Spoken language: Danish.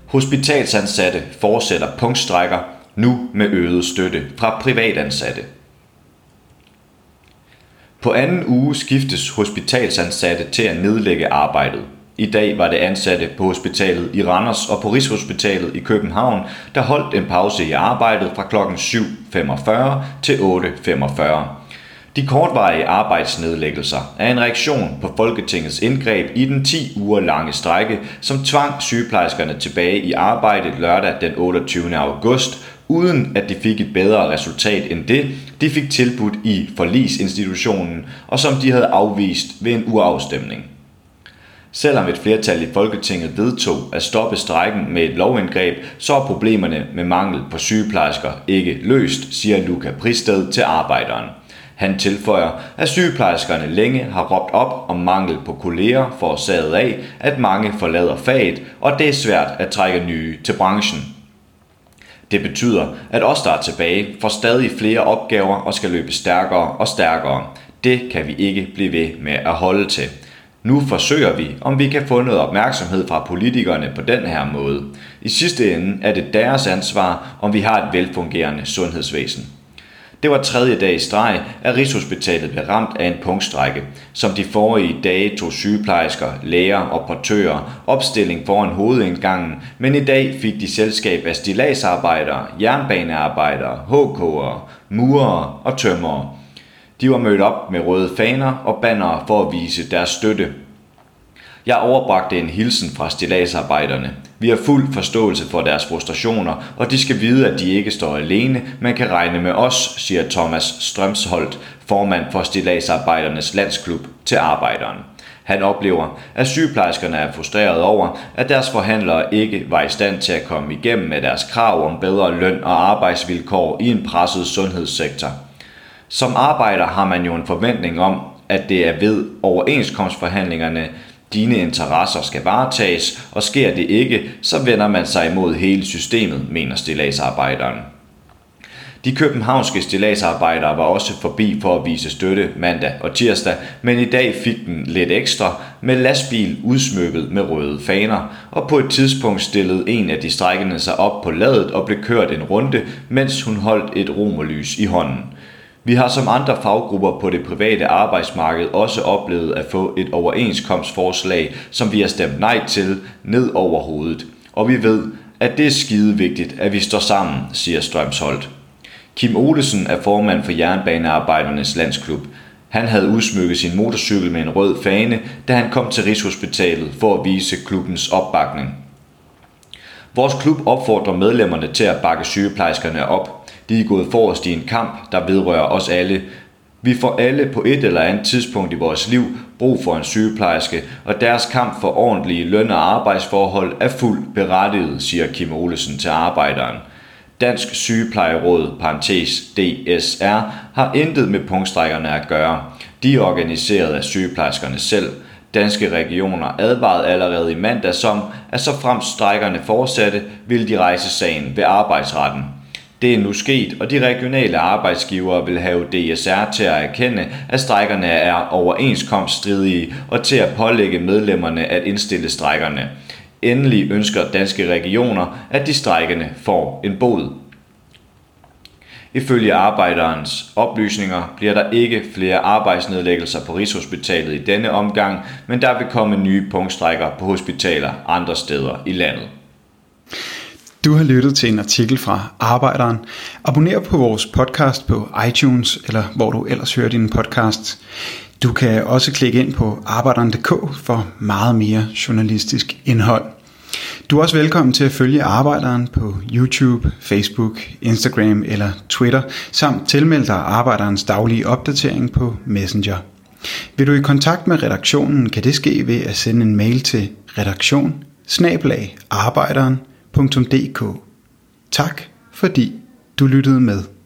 Hospitalsansatte fortsætter punktstrejker, nu med øget støtte fra privatansatte. På anden uge skiftes hospitalsansatte til at nedlægge arbejdet. I dag var det ansatte på hospitalet i Randers og på Rigshospitalet i København, der holdt en pause i arbejdet fra kl. 7.45 til 8.45. De kortvarige arbejdsnedlæggelser er en reaktion på Folketingets indgreb i den 10 uger lange strejke, som tvang sygeplejerskerne tilbage i arbejde lørdag den 28. august, uden at de fik et bedre resultat end det, de fik tilbudt i forligsinstitutionen, og som de havde afvist ved en urafstemning. Selvom et flertal i Folketinget vedtog at stoppe strejken med et lovindgreb, så er problemerne med mangel på sygeplejersker ikke løst, siger Luca Pristed til Arbejderen. Han tilføjer, at sygeplejerskerne længe har råbt op om mangel på kolleger forårsaget af, at mange forlader faget, og det er svært at trække nye til branchen. Det betyder, at os, der er tilbage, får stadig flere opgaver og skal løbe stærkere og stærkere. Det kan vi ikke blive ved med at holde til. Nu forsøger vi, om vi kan få noget opmærksomhed fra politikerne på den her måde. I sidste ende er det deres ansvar, om vi har et velfungerende sundhedsvæsen. Det var 3. dag i streg, at Rigshospitalet blev ramt af en punktstrejke, som de forrige dage tog sygeplejersker, læger og portører opstilling foran hovedindgangen, men i dag fik de selskab af stilladsarbejdere, jernbanearbejdere, HK'ere, murere og tømrere. De var mødt op med røde faner og bannere for at vise deres støtte. Jeg overbragte en hilsen fra stilladsarbejderne. Vi har fuld forståelse for deres frustrationer, og de skal vide, at de ikke står alene, men kan regne med os, siger Thomas Strømsholt, formand for Stilladsarbejdernes Landsklub, til Arbejderen. Han oplever, at sygeplejerskerne er frustreret over, at deres forhandlere ikke var i stand til at komme igennem med deres krav om bedre løn og arbejdsvilkår i en presset sundhedssektor. Som arbejder har man jo en forventning om, at det er ved overenskomstforhandlingerne, dine interesser skal varetages, og sker det ikke, så vender man sig imod hele systemet, mener stilladsarbejderen. De københavnske stilladsarbejdere var også forbi for at vise støtte mandag og tirsdag, men i dag fik den lidt ekstra med lastbil udsmykket med røde faner, og på et tidspunkt stillede en af de strejkende sig op på ladet og blev kørt en runde, mens hun holdt et romerlys i hånden. Vi har som andre faggrupper på det private arbejdsmarked også oplevet at få et overenskomstforslag, som vi har stemt nej til, ned over hovedet. Og vi ved, at det er skide vigtigt, at vi står sammen, siger Strømsholt. Kim Olesen er formand for Jernbanearbejdernes Landsklub. Han havde udsmykket sin motorcykel med en rød fane, da han kom til Rigshospitalet for at vise klubbens opbakning. Vores klub opfordrer medlemmerne til at bakke sygeplejerskerne op. De er gået forrest i en kamp, der vedrører os alle. Vi får alle på et eller andet tidspunkt i vores liv brug for en sygeplejerske, og deres kamp for ordentlige løn- og arbejdsforhold er fuldt berettiget, siger Kim Olesen til Arbejderen. Dansk Sygeplejeråd, DSR, har intet med punktstrejkerne at gøre. De er organiseret af sygeplejerskerne selv. Danske regioner advarede allerede i mandags om, at så fremt strejkerne fortsatte, ville de rejse sagen ved arbejdsretten. Det er nu sket, og de regionale arbejdsgivere vil have DSR til at erkende, at strejkerne er overenskomststridige og til at pålægge medlemmerne at indstille strejkerne. Endelig ønsker danske regioner, at de strejkende får en bod. Ifølge Arbejderens oplysninger bliver der ikke flere arbejdsnedlæggelser på Rigshospitalet i denne omgang, men der vil komme nye punktstrejker på hospitaler andre steder i landet. Du har lyttet til en artikel fra Arbejderen. Abonner på vores podcast på iTunes, eller hvor du ellers hører din podcast. Du kan også klikke ind på arbejderen.dk for meget mere journalistisk indhold. Du er også velkommen til at følge Arbejderen på YouTube, Facebook, Instagram eller Twitter, samt tilmelde dig Arbejderens daglige opdatering på Messenger. Vil du i kontakt med redaktionen, kan det ske ved at sende en mail til redaktion@arbejderen.dk. Tak fordi du lyttede med.